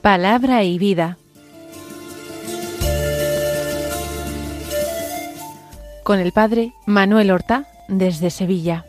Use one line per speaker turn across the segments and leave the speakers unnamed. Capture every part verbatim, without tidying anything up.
Palabra y vida. Con el padre Manuel Horta, desde Sevilla.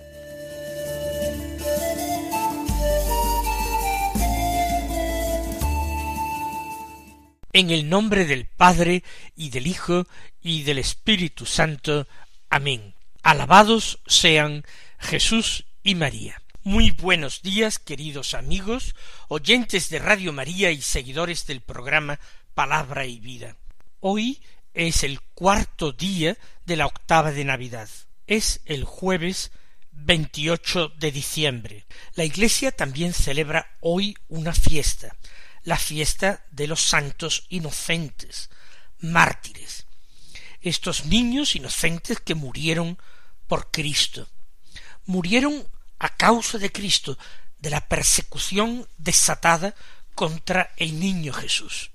En el nombre del Padre, y del Hijo, y del Espíritu Santo. Amén. Alabados sean Jesús y María. Muy buenos días, queridos amigos, oyentes de Radio María y seguidores del programa Palabra y Vida. Hoy es el cuarto día de la octava de Navidad. Es el jueves veintiocho de diciembre. La Iglesia también celebra hoy una fiesta, la fiesta de los santos inocentes, mártires. Estos niños inocentes que murieron por Cristo. Murieron a causa de Cristo, de la persecución desatada contra el niño Jesús.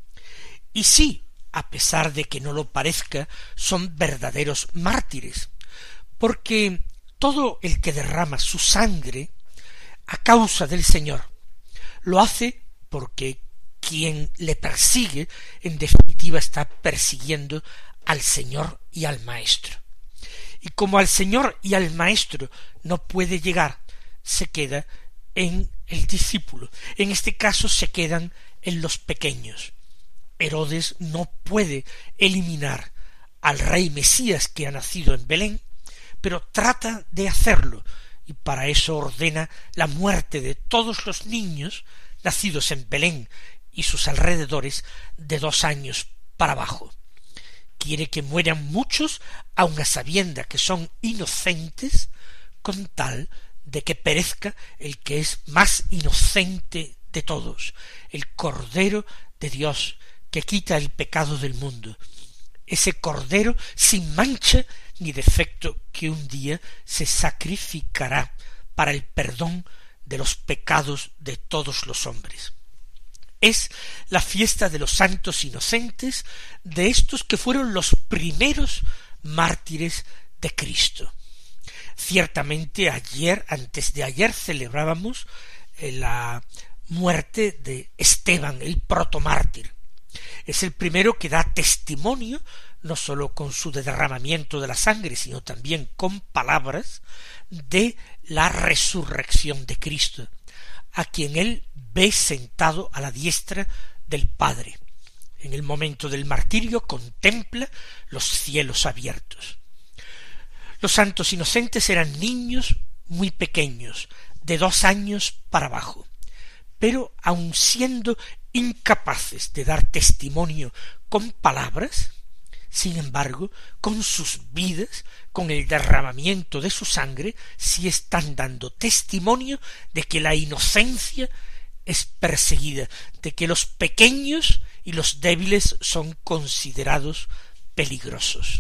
Y sí, a pesar de que no lo parezca, son verdaderos mártires, porque todo el que derrama su sangre a causa del Señor, lo hace porque quien le persigue, en definitiva, está persiguiendo al Señor y al Maestro. Y como al Señor y al Maestro no puede llegar, se queda en el discípulo. En este caso se quedan en los pequeños. Herodes no puede eliminar al rey Mesías que ha nacido en Belén, pero trata de hacerlo, y para eso ordena la muerte de todos los niños nacidos en Belén y sus alrededores de dos años para abajo. Quiere que mueran muchos, aun a sabienda que son inocentes, con tal de que perezca el que es más inocente de todos, el Cordero de Dios, que quita el pecado del mundo, ese Cordero sin mancha ni defecto que un día se sacrificará para el perdón de los pecados de todos los hombres. Es la fiesta de los santos inocentes, de estos que fueron los primeros mártires de Cristo. Ciertamente ayer, antes de ayer, celebrábamos la muerte de Esteban, el protomártir. Es el primero que da testimonio, no sólo con su derramamiento de la sangre, sino también con palabras, de la resurrección de Cristo, a quien él ve sentado a la diestra del Padre. En el momento del martirio contempla los cielos abiertos. Los santos inocentes eran niños muy pequeños, de dos años para abajo, pero aun siendo incapaces de dar testimonio con palabras, sin embargo, con sus vidas, con el derramamiento de su sangre, sí están dando testimonio de que la inocencia es perseguida, de que los pequeños y los débiles son considerados peligrosos.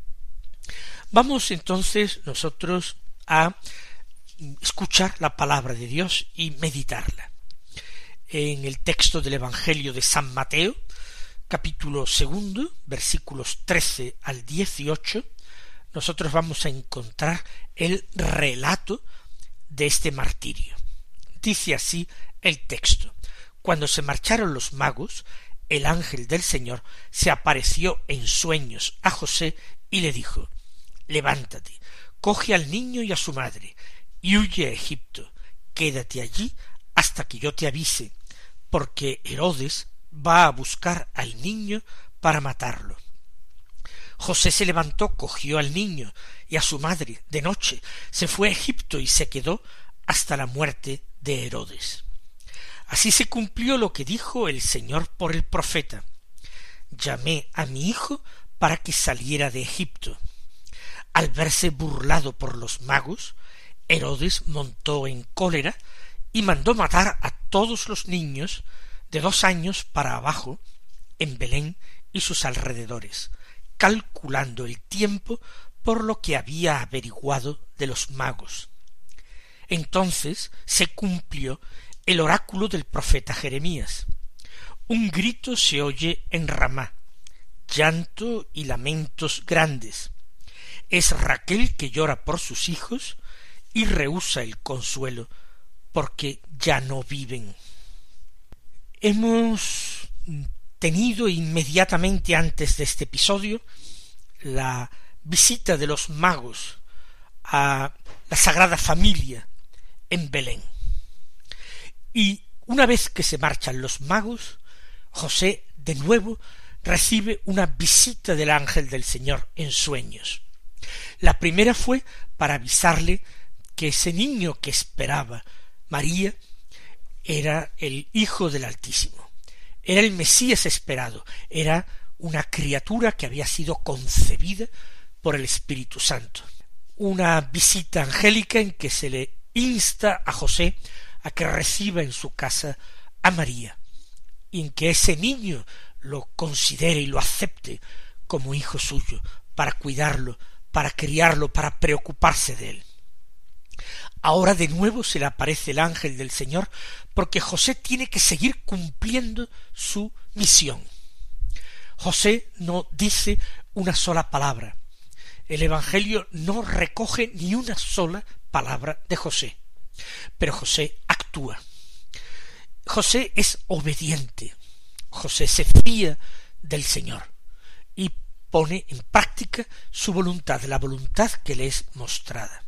Vamos entonces nosotros a escuchar la palabra de Dios y meditarla. En el texto del Evangelio de San Mateo, capítulo segundo, versículos trece al dieciocho, nosotros vamos a encontrar el relato de este martirio. Dice así el texto: Cuando se marcharon los magos, el ángel del Señor se apareció en sueños a José y le dijo: Levántate, coge al niño y a su madre, y huye a Egipto, quédate allí hasta que yo te avise, porque Herodes va a buscar al niño para matarlo. José se levantó, cogió al niño y a su madre de noche, se fue a Egipto y se quedó hasta la muerte de Herodes. Así se cumplió lo que dijo el Señor por el profeta: Llamé a mi hijo para que saliera de Egipto. Al verse burlado por los magos, Herodes montó en cólera y mandó matar a todos los niños de dos años para abajo en Belén y sus alrededores, calculando el tiempo por lo que había averiguado de los magos. Entonces se cumplió el oráculo del profeta Jeremías. Un grito se oye en Ramá, llanto y lamentos grandes. Es Raquel que llora por sus hijos y rehúsa el consuelo, porque ya no viven. Hemos tenido inmediatamente antes de este episodio la visita de los magos a la Sagrada Familia en Belén. Y una vez que se marchan los magos, José de nuevo recibe una visita del ángel del Señor en sueños. La primera fue para avisarle que ese niño que esperaba María era el Hijo del Altísimo, era el Mesías esperado, era una criatura que había sido concebida por el Espíritu Santo. Una visita angélica en que se le insta a José a que reciba en su casa a María, y en que ese niño lo considere y lo acepte como hijo suyo, para cuidarlo, para criarlo, para preocuparse de él. Ahora de nuevo se le aparece el ángel del Señor, porque José tiene que seguir cumpliendo su misión. José no dice una sola palabra. El Evangelio no recoge ni una sola palabra de José, pero José actúa. José es obediente. José se fía del Señor y pone en práctica su voluntad, la voluntad que le es mostrada.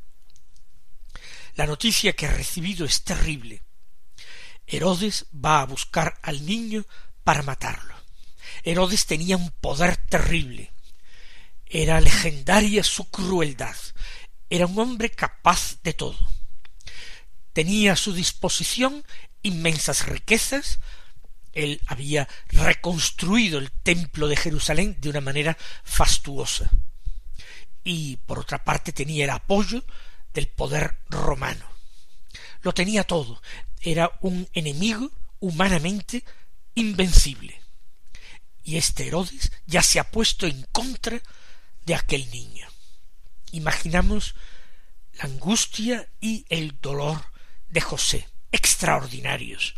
La noticia que ha recibido es terrible. Herodes va a buscar al niño para matarlo. Herodes tenía un poder terrible. Era legendaria su crueldad. Era un hombre capaz de todo. Tenía a su disposición inmensas riquezas. Él había reconstruido el templo de Jerusalén de una manera fastuosa. Y por otra parte tenía el apoyo del poder romano. Lo tenía todo. Era un enemigo humanamente invencible. Y este Herodes ya se ha puesto en contra de aquel niño. Imaginamos la angustia y el dolor de José, extraordinarios.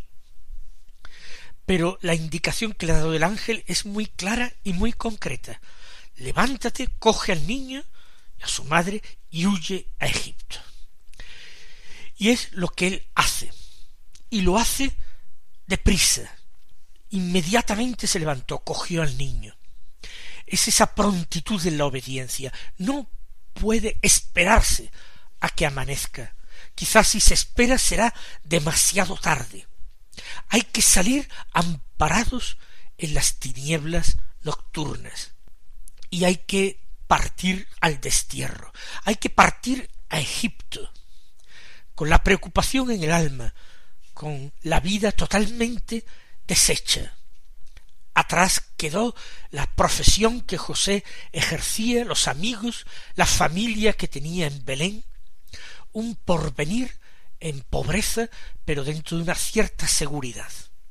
Pero la indicación que le ha dado el ángel es muy clara y muy concreta. Levántate, coge al niño y a su madre y huye a Egipto. Y es lo que él hace. Y lo hace deprisa. Inmediatamente se levantó, cogió al niño. Es esa prontitud en la obediencia. No puede esperarse a que amanezca. Quizás si se espera será demasiado tarde. Hay que salir amparados en las tinieblas nocturnas. Y hay que partir al destierro. Hay que partir a Egipto. Con la preocupación en el alma, con la vida totalmente deshecha. Atrás quedó la profesión que José ejercía, los amigos, la familia que tenía en Belén, un porvenir en pobreza, pero dentro de una cierta seguridad.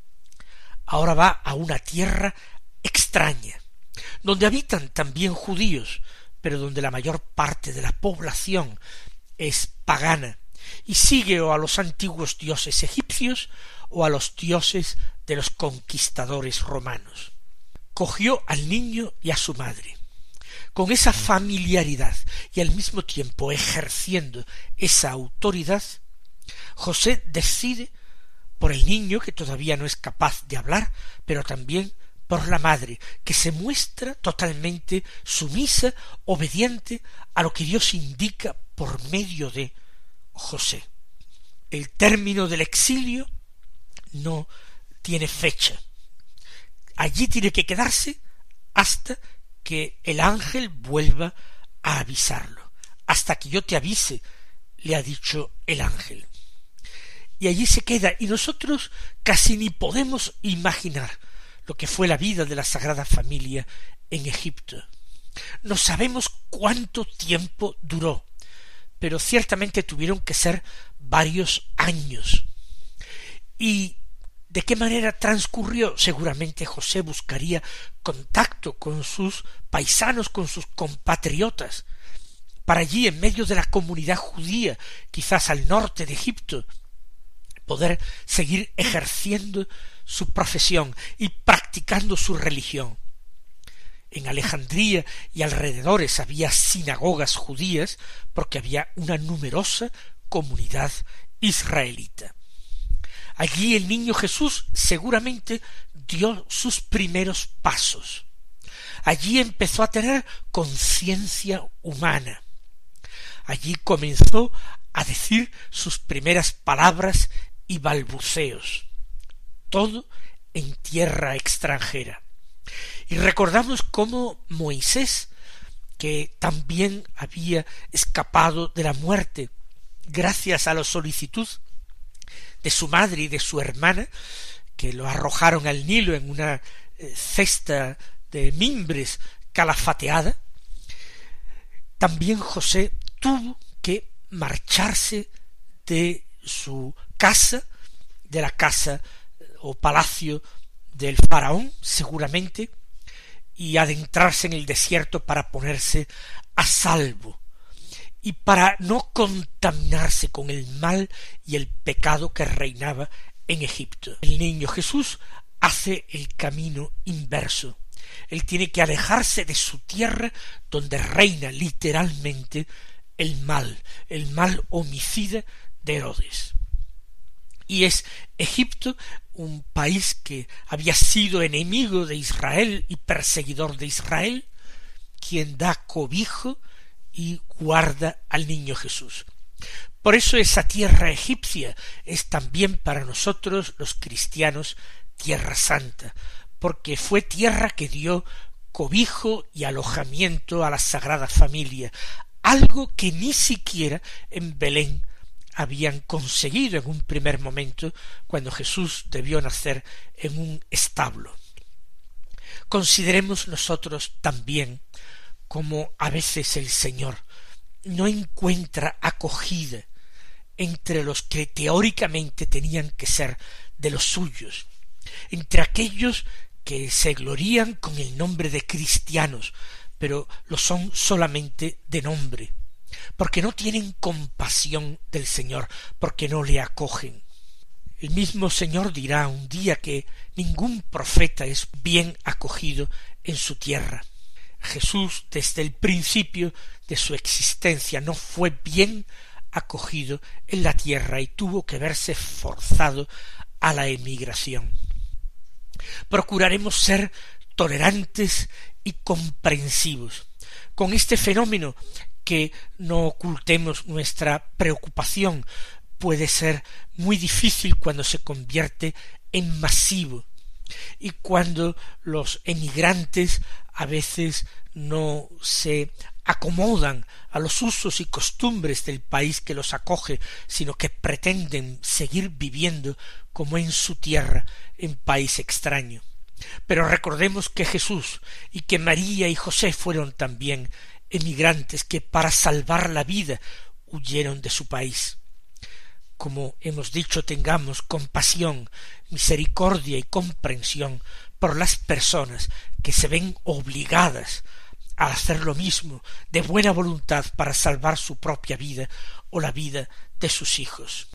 Ahora va a una tierra extraña, donde habitan también judíos, pero donde la mayor parte de la población es pagana, y sigue o a los antiguos dioses egipcios o a los dioses de los conquistadores romanos. Cogió al niño y a su madre. Con esa familiaridad y al mismo tiempo ejerciendo esa autoridad, José decide por el niño, que todavía no es capaz de hablar, pero también por la madre, que se muestra totalmente sumisa, obediente a lo que Dios indica por medio de José. El término del exilio no tiene fecha. Allí tiene que quedarse hasta que el ángel vuelva a avisarlo. Hasta que yo te avise, le ha dicho el ángel. Y allí se queda, y nosotros casi ni podemos imaginar lo que fue la vida de la Sagrada Familia en Egipto. No sabemos cuánto tiempo duró, pero ciertamente tuvieron que ser varios años. ¿Y de qué manera transcurrió? Seguramente José buscaría contacto con sus paisanos, con sus compatriotas, para allí, en medio de la comunidad judía, quizás al norte de Egipto, poder seguir ejerciendo su profesión y practicando su religión. En Alejandría y alrededores había sinagogas judías porque había una numerosa comunidad israelita. Allí el niño Jesús seguramente dio sus primeros pasos. Allí empezó a tener conciencia humana. Allí comenzó a decir sus primeras palabras y balbuceos. Todo en tierra extranjera. Y recordamos cómo Moisés, que también había escapado de la muerte gracias a la solicitud de su madre y de su hermana, que lo arrojaron al Nilo en una eh, cesta de mimbres calafateada, también José tuvo que marcharse de su casa, de la casa o palacio del faraón, seguramente, y adentrarse en el desierto para ponerse a salvo y para no contaminarse con el mal y el pecado que reinaba en Egipto. El niño Jesús hace el camino inverso. Él tiene que alejarse de su tierra donde reina literalmente el mal, el mal homicida de Herodes. Y es Egipto, un país que había sido enemigo de Israel y perseguidor de Israel, quien da cobijo y guarda al niño Jesús. Por eso esa tierra egipcia es también para nosotros los cristianos tierra santa, porque fue tierra que dio cobijo y alojamiento a la Sagrada Familia, algo que ni siquiera en Belén habían conseguido en un primer momento cuando Jesús debió nacer en un establo. Consideremos nosotros también cómo a veces el Señor no encuentra acogida entre los que teóricamente tenían que ser de los suyos, entre aquellos que se glorían con el nombre de cristianos, pero lo son solamente de nombre, porque no tienen compasión del Señor, porque no le acogen. El mismo Señor dirá un día que ningún profeta es bien acogido en su tierra. Jesús, desde el principio de su existencia, no fue bien acogido en la tierra y tuvo que verse forzado a la emigración. Procuraremos ser tolerantes y comprensivos con este fenómeno, que no ocultemos nuestra preocupación. Puede ser muy difícil cuando se convierte en masivo y cuando los emigrantes a veces no se acomodan a los usos y costumbres del país que los acoge, sino que pretenden seguir viviendo como en su tierra, en país extraño. Pero recordemos que Jesús y que María y José fueron también emigrantes que para salvar la vida huyeron de su país. Como hemos dicho, tengamos compasión, misericordia y comprensión por las personas que se ven obligadas a hacer lo mismo de buena voluntad para salvar su propia vida o la vida de sus hijos.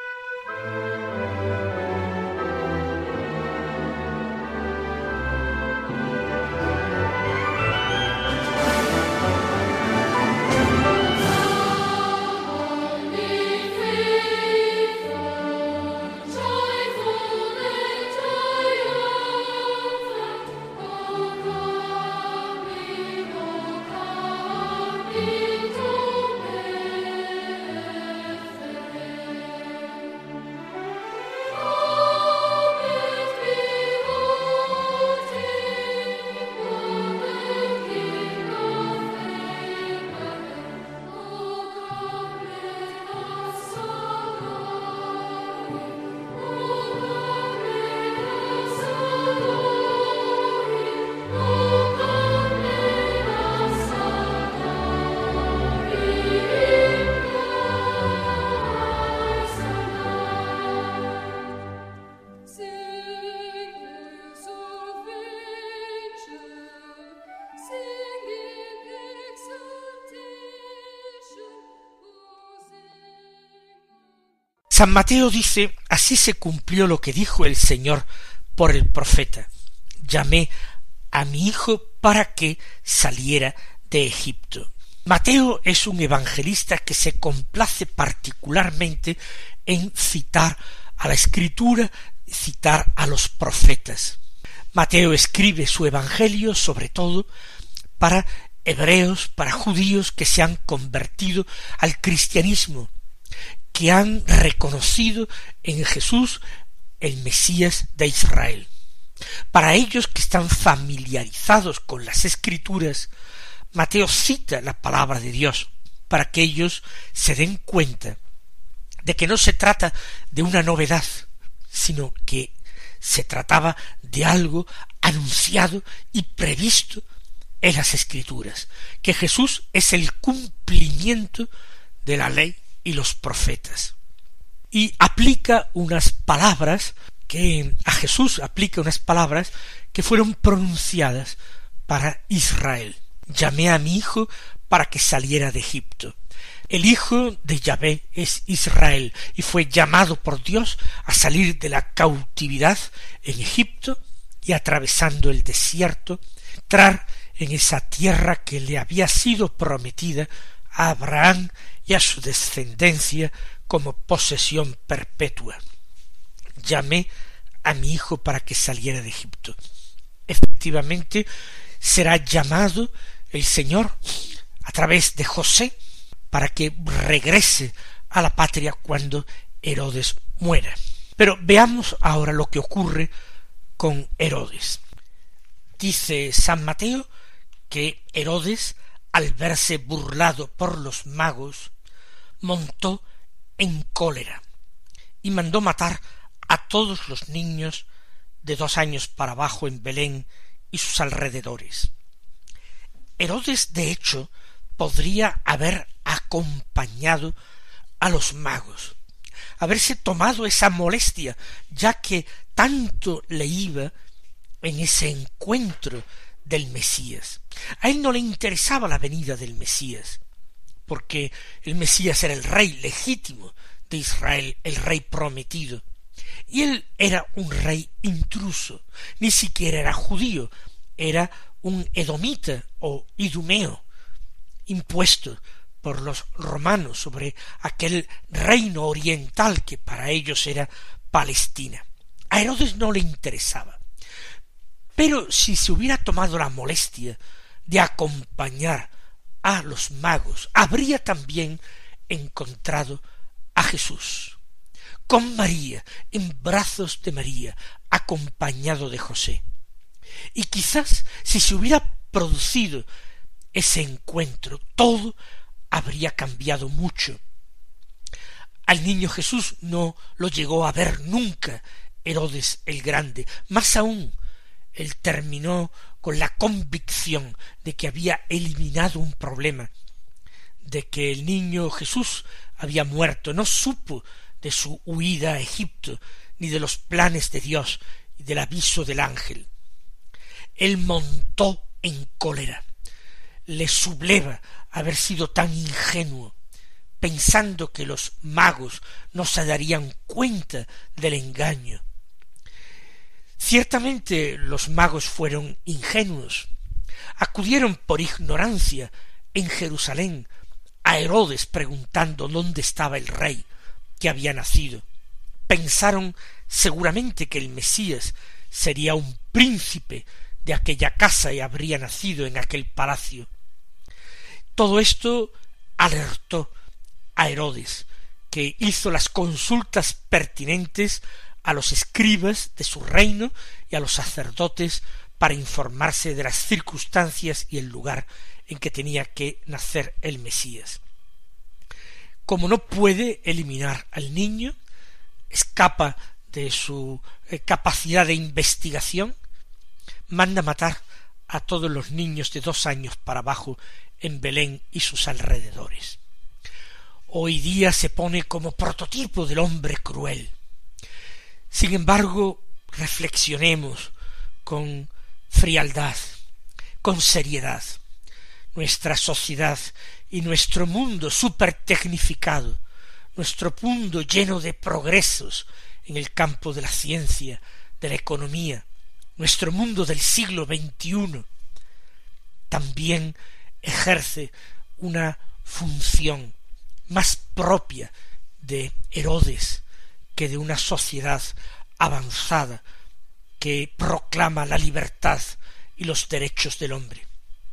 San Mateo dice: así se cumplió lo que dijo el Señor por el profeta: llamé a mi hijo para que saliera de Egipto. Mateo es un evangelista que se complace particularmente en citar a la Escritura, citar a los profetas. Mateo escribe su Evangelio sobre todo para hebreos, para judíos que se han convertido al cristianismo, que han reconocido en Jesús el Mesías de Israel. Para ellos que están familiarizados con las Escrituras, Mateo cita la palabra de Dios para que ellos se den cuenta de que no se trata de una novedad, sino que se trataba de algo anunciado y previsto en las Escrituras, que Jesús es el cumplimiento de la ley y los profetas. Y aplica unas palabras que a Jesús aplica unas palabras que fueron pronunciadas para Israel. Llamé a mi hijo para que saliera de Egipto. El hijo de Yahvé es Israel y fue llamado por Dios a salir de la cautividad en Egipto y atravesando el desierto, entrar en esa tierra que le había sido prometida a Abraham y a su descendencia como posesión perpetua. Llamé a mi hijo para que saliera de Egipto. Efectivamente, será llamado el Señor a través de José para que regrese a la patria cuando Herodes muera. Pero veamos ahora lo que ocurre con Herodes. Dice San Mateo que Herodes, al verse burlado por los magos, montó en cólera y mandó matar a todos los niños de dos años para abajo en Belén y sus alrededores. Herodes, de hecho, podría haber acompañado a los magos, haberse tomado esa molestia, ya que tanto le iba en ese encuentro del Mesías. A él no le interesaba la venida del Mesías, porque el Mesías era el rey legítimo de Israel, el rey prometido, y él era un rey intruso, ni siquiera era judío, era un edomita o idumeo, impuesto por los romanos sobre aquel reino oriental que para ellos era Palestina. A Herodes no le interesaba. Pero si se hubiera tomado la molestia de acompañar a los magos, habría también encontrado a Jesús, con María, en brazos de María, acompañado de José. Y quizás si se hubiera producido ese encuentro, todo habría cambiado mucho. Al niño Jesús no lo llegó a ver nunca Herodes el Grande. Más aún, él terminó con la convicción de que había eliminado un problema, de que el niño Jesús había muerto. No supo de su huida a Egipto, ni de los planes de Dios y del aviso del ángel. Él montó en cólera. Le subleva haber sido tan ingenuo, pensando que los magos no se darían cuenta del engaño. Ciertamente los magos fueron ingenuos. Acudieron por ignorancia en Jerusalén a Herodes preguntando dónde estaba el rey que había nacido. Pensaron seguramente que el Mesías sería un príncipe de aquella casa y habría nacido en aquel palacio. Todo esto alertó a Herodes, que hizo las consultas pertinentes a los escribas de su reino y a los sacerdotes para informarse de las circunstancias y el lugar en que tenía que nacer el Mesías. Como no puede eliminar al niño, escapa de su eh, capacidad de investigación, manda matar a todos los niños de dos años para abajo en Belén y sus alrededores. Hoy día se pone como prototipo del hombre cruel. Sin embargo, reflexionemos con frialdad, con seriedad. Nuestra sociedad y nuestro mundo supertecnificado, nuestro mundo lleno de progresos en el campo de la ciencia, de la economía, nuestro mundo del siglo veintiuno, también ejerce una función más propia de Herodes que de una sociedad avanzada que proclama la libertad y los derechos del hombre.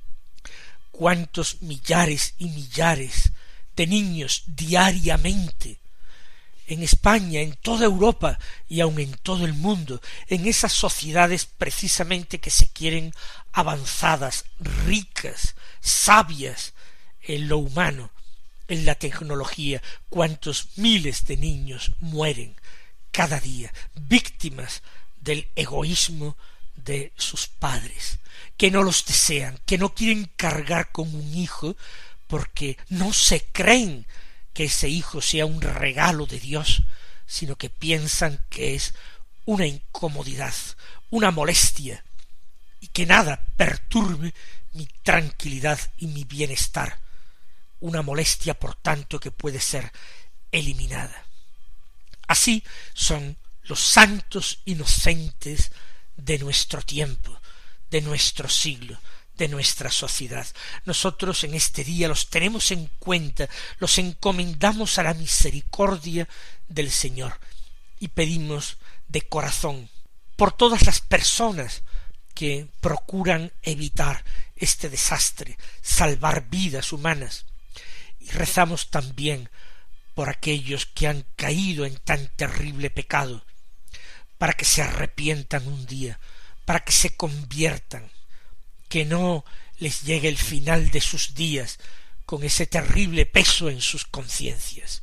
Cuántos millares y millares de niños diariamente en España, en toda Europa y aun en todo el mundo, en esas sociedades precisamente que se quieren avanzadas, ricas, sabias en lo humano, en la tecnología, cuántos miles de niños mueren cada día, víctimas del egoísmo de sus padres, que no los desean, que no quieren cargar con un hijo porque no se creen que ese hijo sea un regalo de Dios, sino que piensan que es una incomodidad, una molestia, y que nada perturbe mi tranquilidad y mi bienestar, una molestia por tanto que puede ser eliminada. Así son los santos inocentes de nuestro tiempo, de nuestro siglo, de nuestra sociedad. Nosotros en este día los tenemos en cuenta, los encomendamos a la misericordia del Señor y pedimos de corazón por todas las personas que procuran evitar este desastre, salvar vidas humanas, y rezamos también por aquellos que han caído en tan terrible pecado, para que se arrepientan un día, para que se conviertan, que no les llegue el final de sus días con ese terrible peso en sus conciencias.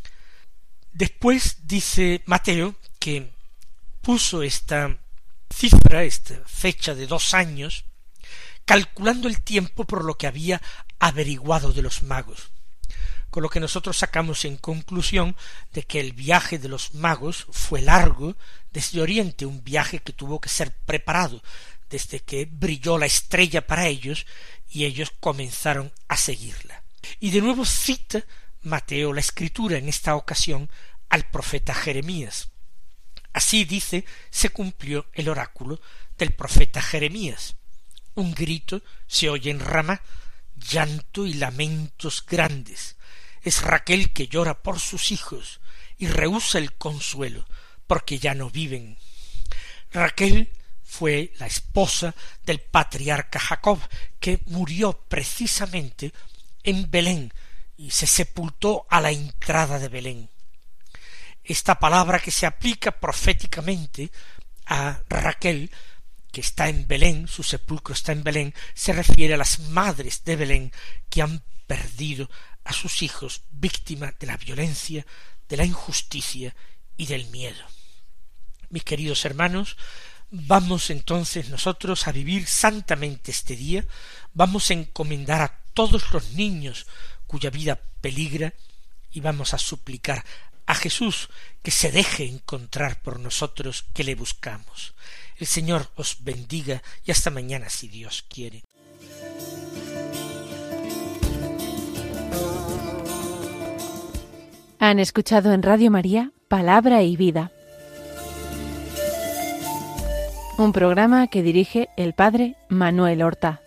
Después dice Mateo que puso esta cifra, esta fecha de dos años, calculando el tiempo por lo que había averiguado de los magos, con lo que nosotros sacamos en conclusión de que el viaje de los magos fue largo desde Oriente, un viaje que tuvo que ser preparado desde que brilló la estrella para ellos y ellos comenzaron a seguirla. Y de nuevo cita Mateo la Escritura, en esta ocasión al profeta Jeremías. Así dice, se cumplió el oráculo del profeta Jeremías. Un grito se oye en Ramá, llanto y lamentos grandes. Es Raquel que llora por sus hijos y rehúsa el consuelo, porque ya no viven. Raquel fue la esposa del patriarca Jacob, que murió precisamente en Belén y se sepultó a la entrada de Belén. Esta palabra que se aplica proféticamente a Raquel, que está en Belén, su sepulcro está en Belén, se refiere a las madres de Belén que han perdido a sus hijos víctimas de la violencia, de la injusticia y del miedo. Mis queridos hermanos, vamos entonces nosotros a vivir santamente este día, vamos a encomendar a todos los niños cuya vida peligra y vamos a suplicar a Jesús que se deje encontrar por nosotros que le buscamos. El Señor os bendiga y hasta mañana si Dios quiere.
Han escuchado en Radio María Palabra y Vida, un programa que dirige el Padre Manuel Horta.